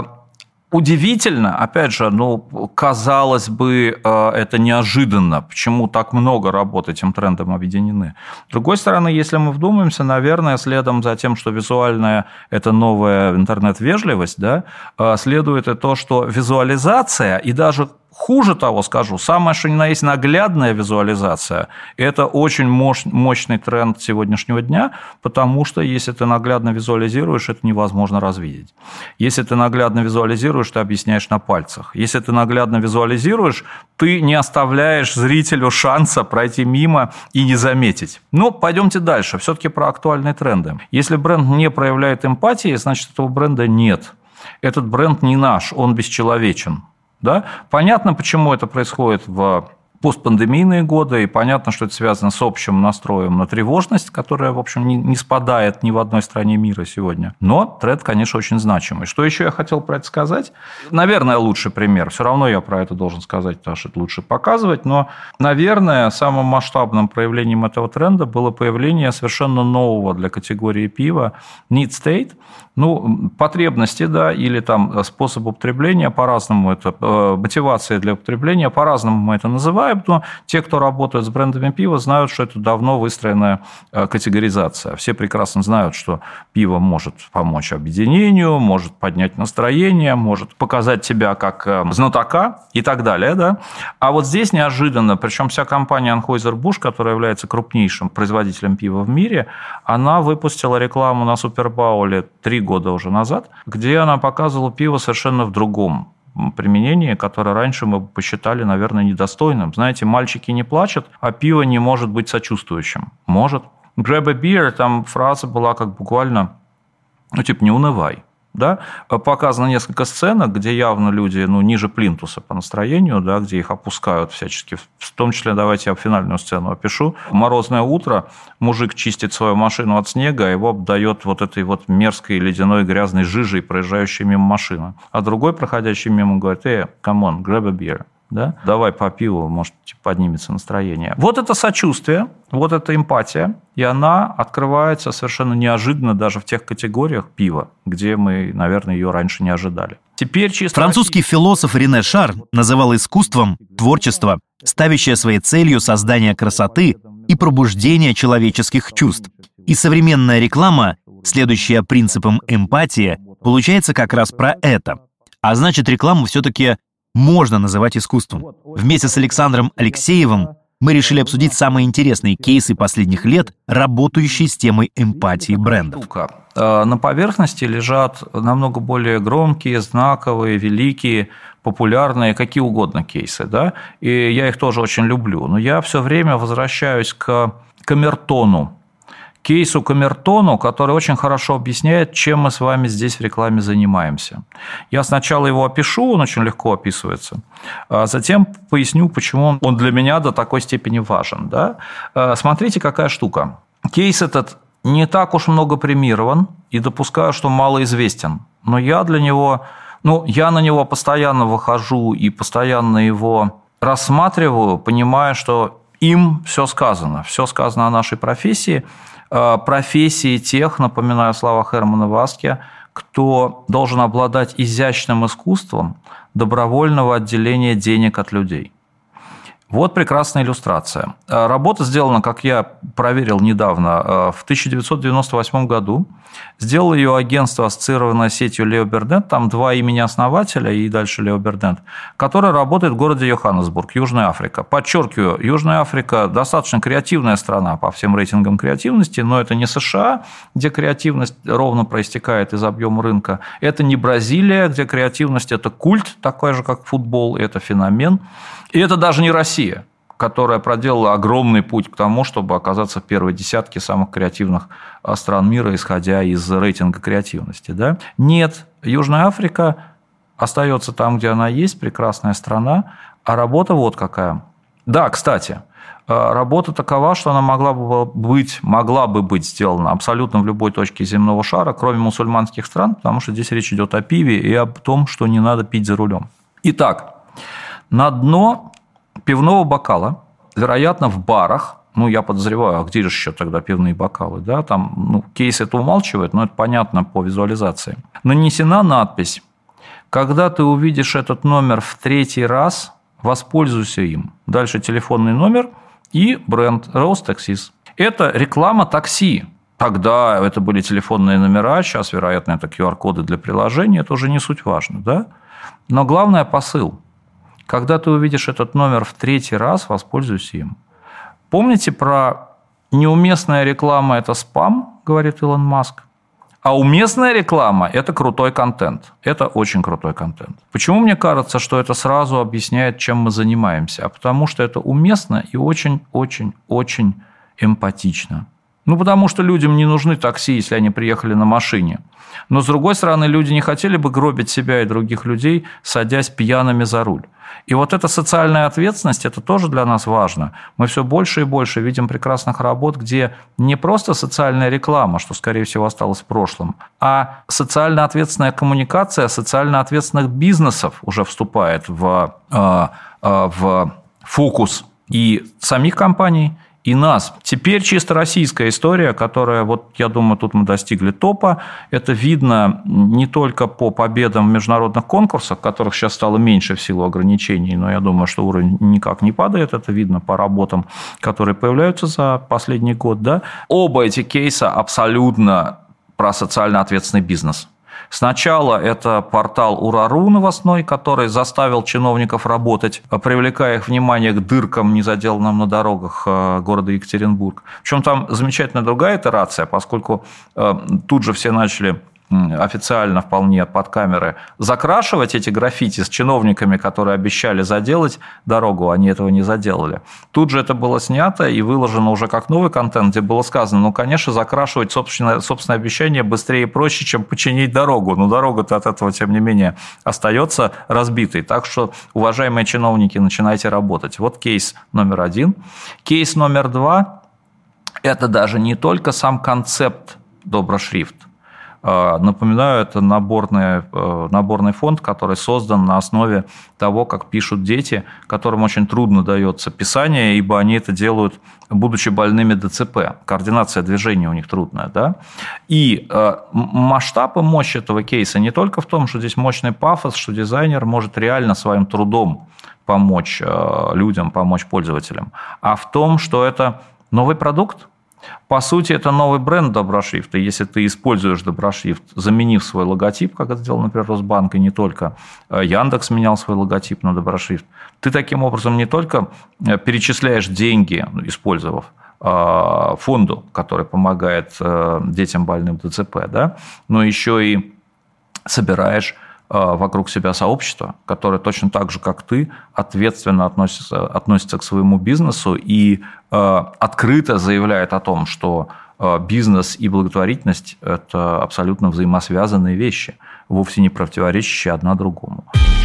Удивительно, опять же, ну, казалось бы, это неожиданно, почему так много работ этим трендом объединены. С другой стороны, если мы вдумаемся, наверное, следом за тем, что визуальная – это новая интернет-вежливость, да, следует и то, что визуализация и даже хуже того скажу, самое что ни на есть наглядная визуализация – это очень мощный тренд сегодняшнего дня, потому что если ты наглядно визуализируешь, это невозможно развидеть. Если ты наглядно визуализируешь, ты объясняешь на пальцах. Если ты наглядно визуализируешь, ты не оставляешь зрителю шанса пройти мимо и не заметить. Но пойдемте дальше, все-таки про актуальные тренды. Если бренд не проявляет эмпатии, значит, этого бренда нет. Этот бренд не наш, он бесчеловечен. Да? Понятно, почему это происходит в постпандемийные годы, и понятно, что это связано с общим настроем на тревожность, которая, в общем, не, не спадает ни в одной стране мира сегодня. Но тренд, конечно, очень значимый. Что еще я хотел про это сказать? Наверное, лучший пример. Все равно я про это должен сказать, потому что это лучше показывать. Но, наверное, самым масштабным проявлением этого тренда было появление совершенно нового для категории пива need state. Ну, потребности, да, или там способ употребления, по-разному это, э, мотивация для употребления, по-разному мы это называем, но те, кто работает с брендами пива, знают, что это давно выстроенная категоризация. Все прекрасно знают, что пиво может помочь объединению, может поднять настроение, может показать себя как знатока и так далее. Да? А вот здесь неожиданно, причем вся компания Anheuser-Busch, которая является крупнейшим производителем пива в мире, она выпустила рекламу на Супербауле три года уже назад, где она показывала пиво совершенно в другом применении, которое раньше мы посчитали, наверное, недостойным. Знаете, мальчики не плачут, а пиво не может быть сочувствующим. Может. Grab a beer, там фраза была как буквально, ну, типа, не унывай. Да? Показано несколько сценок, где явно люди, ну, ниже плинтуса по настроению, да, где их опускают всячески. В том числе, давайте я финальную сцену опишу. Морозное утро, мужик чистит свою машину от снега, а его обдает вот этой вот мерзкой ледяной грязной жижей, проезжающей мимо машины. А другой, проходящий мимо, говорит: «Эй, come on, grab a beer». Да? Давай по пиву, может, поднимется настроение. Вот это сочувствие, вот эта эмпатия, и она открывается совершенно неожиданно даже в тех категориях пива, где мы, наверное, ее раньше не ожидали. Теперь чисто Французский философ Рене Шар называл искусством творчество, ставящее своей целью создание красоты и пробуждение человеческих чувств. И современная реклама, следующая принципам эмпатии, получается как раз про это. А значит, рекламу все-таки можно называть искусством. Вместе с Александром Алексеевым мы решили обсудить самые интересные кейсы последних лет, работающие с темой эмпатии брендов. На поверхности лежат намного более громкие, знаковые, великие, популярные, какие угодно кейсы. Да? И я их тоже очень люблю. Но я все время возвращаюсь к камертону. Кейсу камертону, который очень хорошо объясняет, чем мы с вами здесь в рекламе занимаемся. Я сначала его опишу, он очень легко описывается, а затем поясню, почему он для меня до такой степени важен. Да? Смотрите, какая штука. Кейс этот не так уж много премирован, и допускаю, что малоизвестен, но я для него, ну, я на него постоянно выхожу и постоянно его рассматриваю, понимая, что им все сказано, все сказано о нашей профессии, профессии тех, напоминаю слова Хермана Васке, кто должен обладать изящным искусством добровольного отделения денег от людей. Вот прекрасная иллюстрация. Работа сделана, как я проверил недавно, в тысяча девятьсот девяносто восьмом году. Сделало ее агентство, ассоциированное с сетью Лео Бердент, там два имени основателя и дальше Лео Бердент, которое работает в городе Йоханнесбург, Южная Африка. Подчеркиваю, Южная Африка достаточно креативная страна по всем рейтингам креативности, но это не США, где креативность ровно проистекает из объема рынка. Это не Бразилия, где креативность – это культ, такой же, как футбол, это феномен. И это даже не Россия, которая проделала огромный путь к тому, чтобы оказаться в первой десятке самых креативных стран мира, исходя из рейтинга креативности. Да? Нет, Южная Африка остается там, где она есть, прекрасная страна, а работа вот какая. Да, кстати, работа такова, что она могла бы быть, могла бы быть сделана абсолютно в любой точке земного шара, кроме мусульманских стран, потому что здесь речь идет о пиве и о том, что не надо пить за рулем. Итак, на дно пивного бокала, вероятно, в барах, ну, я подозреваю, а где же еще тогда пивные бокалы, да, там, ну, кейс это умалчивает, но это понятно по визуализации, нанесена надпись: когда ты увидишь этот номер в третий раз, воспользуйся им. Дальше телефонный номер и бренд Rose Taxis. Это реклама такси. Тогда это были телефонные номера, сейчас, вероятно, это ку ар коды для приложения, это уже не суть важно, да? Но главное посыл. Когда ты увидишь этот номер в третий раз, воспользуйся им. Помните про неуместная реклама – это спам, говорит Илон Маск? А уместная реклама – это крутой контент. Это очень крутой контент. Почему мне кажется, что это сразу объясняет, чем мы занимаемся? А потому что это уместно и очень-очень-очень эмпатично. Ну, потому что людям не нужны такси, если они приехали на машине. Но, с другой стороны, люди не хотели бы гробить себя и других людей, садясь пьяными за руль. И вот эта социальная ответственность, это тоже для нас важно. Мы все больше и больше видим прекрасных работ, где не просто социальная реклама, что, скорее всего, осталось в прошлом, а социально ответственная коммуникация социально ответственных бизнесов уже вступает в, в фокус и самих компаний, и нас. Теперь чисто российская история, которая, вот я думаю, тут мы достигли топа. Это видно не только по победам в международных конкурсах, которых сейчас стало меньше в силу ограничений, но я думаю, что уровень никак не падает. Это видно по работам, которые появляются за последний год. Да? Оба эти кейса абсолютно про социально ответственный бизнес. Сначала это портал Урару новостной, который заставил чиновников работать, привлекая их внимание к дыркам, не заделанным на дорогах города Екатеринбург. Причем там замечательная другая итерация, поскольку тут же все начали официально вполне под камеры закрашивать эти граффити с чиновниками, которые обещали заделать дорогу, они этого не заделали. Тут же это было снято и выложено уже как новый контент, где было сказано, ну, конечно, закрашивать собственное, собственное обещание быстрее и проще, чем починить дорогу. Но дорога-то от этого, тем не менее, остается разбитой. Так что, уважаемые чиновники, начинайте работать. Вот кейс номер один. Кейс номер два – это даже не только сам концепт Доброшрифт. Напоминаю, это наборный, наборный фонд, который создан на основе того, как пишут дети, которым очень трудно дается писание, ибо они это делают, будучи больными ДЦП. Координация движения у них трудная. Да? И масштаб и мощь этого кейса не только в том, что здесь мощный пафос, что дизайнер может реально своим трудом помочь людям, помочь пользователям, а в том, что это новый продукт. По сути, это новый бренд Доброшрифта. Если ты используешь Доброшрифт, заменив свой логотип, как это сделал, например, Росбанк, и не только Яндекс менял свой логотип на Доброшрифт, ты таким образом не только перечисляешь деньги, использовав фонду, который помогает детям больным ДЦП, да, но еще и собираешь вокруг себя сообщество, которое точно так же, как ты, ответственно относится, относится к своему бизнесу и э, открыто заявляет о том, что э, бизнес и благотворительность – это абсолютно взаимосвязанные вещи, вовсе не противоречащие одна другому.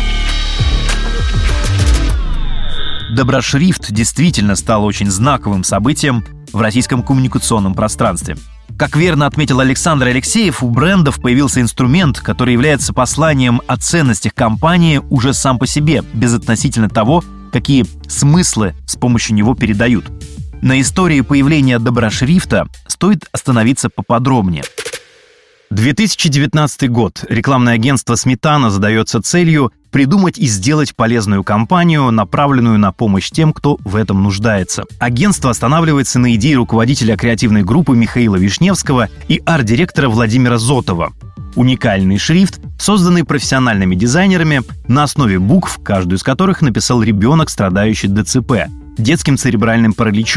Доброшрифт действительно стал очень знаковым событием в российском коммуникационном пространстве. Как верно отметил Александр Алексеев, у брендов появился инструмент, который является посланием о ценностях компании уже сам по себе, безотносительно того, какие смыслы с помощью него передают. На истории появления Доброшрифта стоит остановиться поподробнее. две тысячи девятнадцатый год. Рекламное агентство «Сметана» задается целью придумать и сделать полезную кампанию, направленную на помощь тем, кто в этом нуждается. Агентство останавливается на идее руководителя креативной группы Михаила Вишневского и арт-директора Владимира Зотова. Уникальный шрифт, созданный профессиональными дизайнерами на основе букв, каждую из которых написал ребенок, страдающий ДЦП, детским церебральным параличом.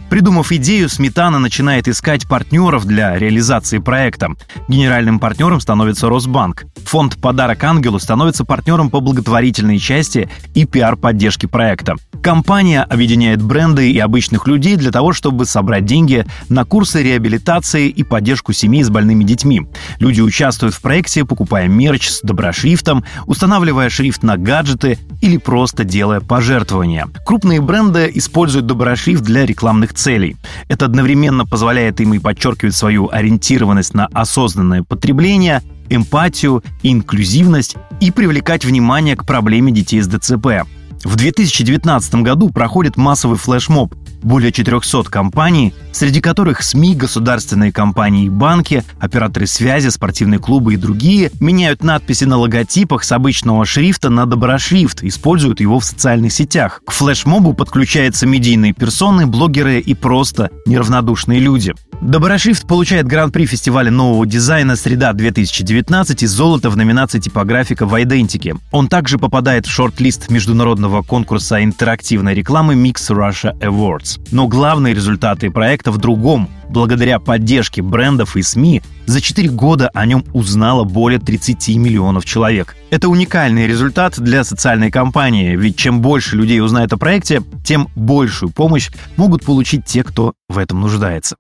Придумав идею, Сметана начинает искать партнеров для реализации проекта. Генеральным партнером становится Росбанк. Фонд «Подарок ангелу» становится партнером по благотворительной части и пиар-поддержке проекта. Компания объединяет бренды и обычных людей для того, чтобы собрать деньги на курсы реабилитации и поддержку семей с больными детьми. Люди участвуют в проекте, покупая мерч с доброшрифтом, устанавливая шрифт на гаджеты или просто делая пожертвования. Крупные бренды используют доброшрифт для рекламных целей. Это одновременно позволяет им и подчеркивать свою ориентированность на осознанное потребление, эмпатию, инклюзивность и привлекать внимание к проблеме детей с ДЦП. В две тысячи девятнадцатом году проходит массовый флешмоб. Более четырехсот компаний, среди которых СМИ, государственные компании и банки, операторы связи, спортивные клубы и другие, меняют надписи на логотипах с обычного шрифта на доброшрифт, используют его в социальных сетях. К флешмобу подключаются медийные персоны, блогеры и просто неравнодушные люди. Доброшрифт получает гран-при фестиваля нового дизайна «Среда-две тысячи девятнадцать» и золото в номинации «Типографика в айдентике». Он также попадает в шорт-лист международного конкурса интерактивной рекламы Mix Russia Awards. Но главные результаты проекта в другом. Благодаря поддержке брендов и СМИ за четыре года о нем узнало более тридцати миллионов человек. Это уникальный результат для социальной кампании, ведь чем больше людей узнает о проекте, тем большую помощь могут получить те, кто в этом нуждается.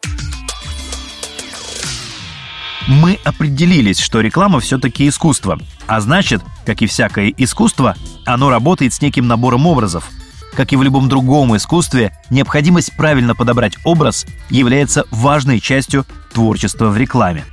Мы определились, что реклама все-таки искусство. А значит, как и всякое искусство, оно работает с неким набором образов. Как и в любом другом искусстве, необходимость правильно подобрать образ является важной частью творчества в рекламе.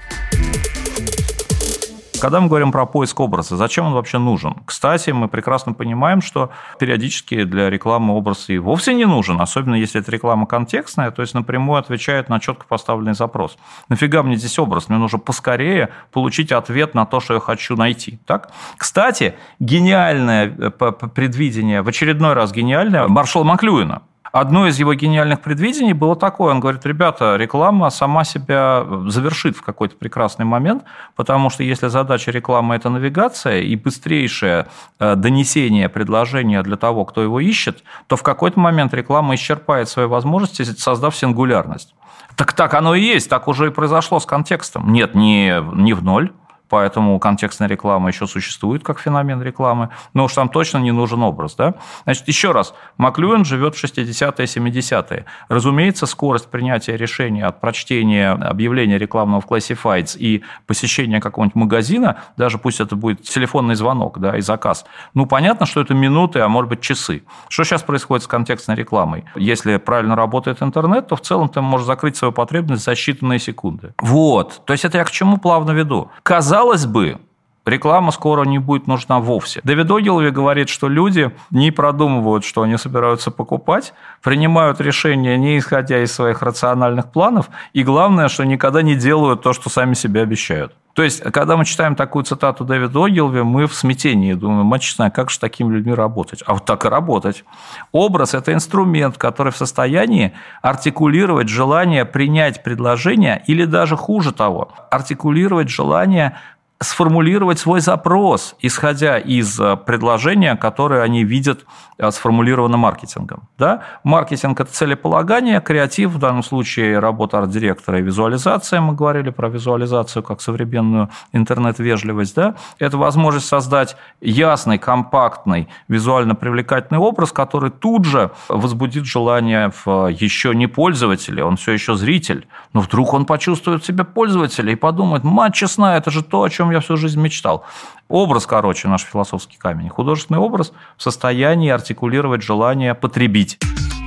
Когда мы говорим про поиск образа, зачем он вообще нужен? Кстати, мы прекрасно понимаем, что периодически для рекламы образ и вовсе не нужен, особенно если это реклама контекстная, то есть напрямую отвечает на четко поставленный запрос. Нафига мне здесь образ? Мне нужно поскорее получить ответ на то, что я хочу найти. Так? Кстати, гениальное предвидение, в очередной раз гениальное, Маршала Маклюина. Одно из его гениальных предвидений было такое. Он говорит: ребята, реклама сама себя завершит в какой-то прекрасный момент, потому что если задача рекламы – это навигация и быстрейшее донесение предложения для того, кто его ищет, то в какой-то момент реклама исчерпает свои возможности, создав сингулярность. Так так оно и есть, так уже и произошло с контекстом. Нет, не, не в ноль. Поэтому контекстная реклама еще существует как феномен рекламы, но уж там точно не нужен образ. Да? Значит, еще раз, Маклюин живет в шестидесятые, семидесятые. Разумеется, скорость принятия решения от прочтения объявления рекламного в Classifieds и посещения какого-нибудь магазина, даже пусть это будет телефонный звонок, да, и заказ, ну, понятно, что это минуты, а может быть, часы. Что сейчас происходит с контекстной рекламой? Если правильно работает интернет, то в целом ты можешь закрыть свою потребность за считанные секунды. Вот. То есть, это я к чему плавно веду? Казалось бы, реклама скоро не будет нужна вовсе. Дэвид Огилви говорит, что люди не продумывают, что они собираются покупать, принимают решения, не исходя из своих рациональных планов, и главное, что никогда не делают то, что сами себе обещают. То есть, когда мы читаем такую цитату Дэвида Огилви, мы в смятении думаем: мать честная, как же с такими людьми работать? А вот так и работать. Образ – это инструмент, который в состоянии артикулировать желание принять предложение или даже хуже того, артикулировать желание сформулировать свой запрос, исходя из предложения, которое они видят сформулировано маркетингом. Да? Маркетинг – это целеполагание, креатив, в данном случае работа арт-директора и визуализация, мы говорили про визуализацию как современную интернет-вежливость. Да? Это возможность создать ясный, компактный, визуально привлекательный образ, который тут же возбудит желание в еще не пользователя, он все еще зритель, но вдруг он почувствует себя пользователем и подумает: мать честная, это же то, о чем я всю жизнь мечтал. Образ, короче, наш философский камень. Художественный образ в состоянии артикулировать желание потребить.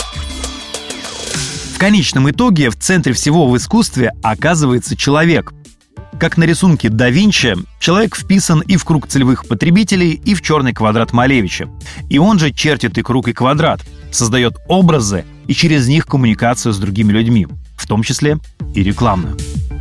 В конечном итоге в центре всего в искусстве оказывается человек. Как на рисунке да Винчи, человек вписан и в круг целевых потребителей, и в черный квадрат Малевича. И он же чертит и круг, и квадрат, создает образы и через них коммуникацию с другими людьми, в том числе и рекламную.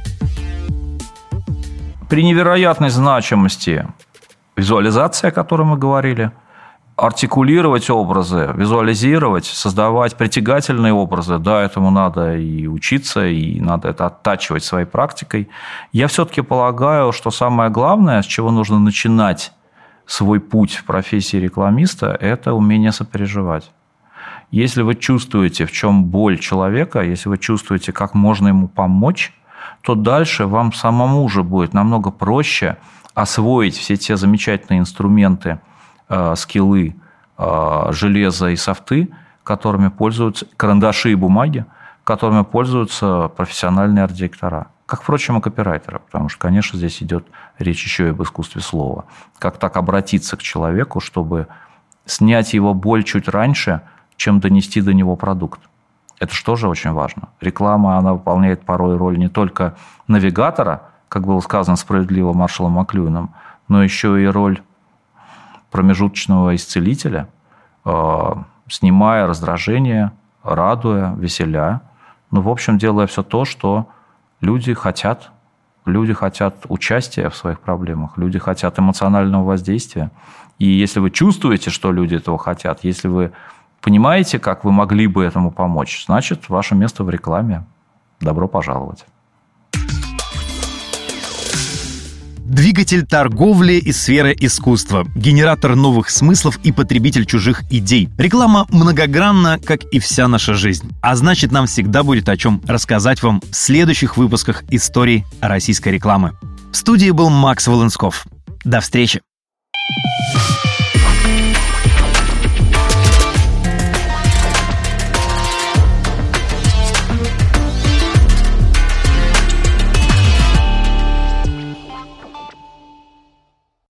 При невероятной значимости визуализации, о которой мы говорили, артикулировать образы, визуализировать, создавать притягательные образы, да, этому надо и учиться, и надо это оттачивать своей практикой. Я все-таки полагаю, что самое главное, с чего нужно начинать свой путь в профессии рекламиста, это умение сопереживать. Если вы чувствуете, в чем боль человека, если вы чувствуете, как можно ему помочь, то дальше вам самому уже будет намного проще освоить все те замечательные инструменты, э, скиллы, э, железа и софты, которыми пользуются, карандаши и бумаги, которыми пользуются профессиональные арт-директора. Как, впрочем, и копирайтеры, потому что, конечно, здесь идет речь еще и об искусстве слова. Как так обратиться к человеку, чтобы снять его боль чуть раньше, чем донести до него продукт. Это же тоже очень важно. Реклама, она выполняет порой роль не только навигатора, как было сказано справедливо Маршалом Маклюином, но еще и роль промежуточного исцелителя, э, снимая раздражение, радуя, веселя. Ну, в общем, делая все то, что люди хотят. Люди хотят участия в своих проблемах, люди хотят эмоционального воздействия. И если вы чувствуете, что люди этого хотят, если вы понимаете, как вы могли бы этому помочь, значит, ваше место в рекламе. Добро пожаловать. Двигатель торговли и сферы искусства, генератор новых смыслов и потребитель чужих идей. Реклама многогранна, как и вся наша жизнь. А значит, нам всегда будет о чем рассказать вам в следующих выпусках истории российской рекламы. В студии был Макс Волынсков. До встречи.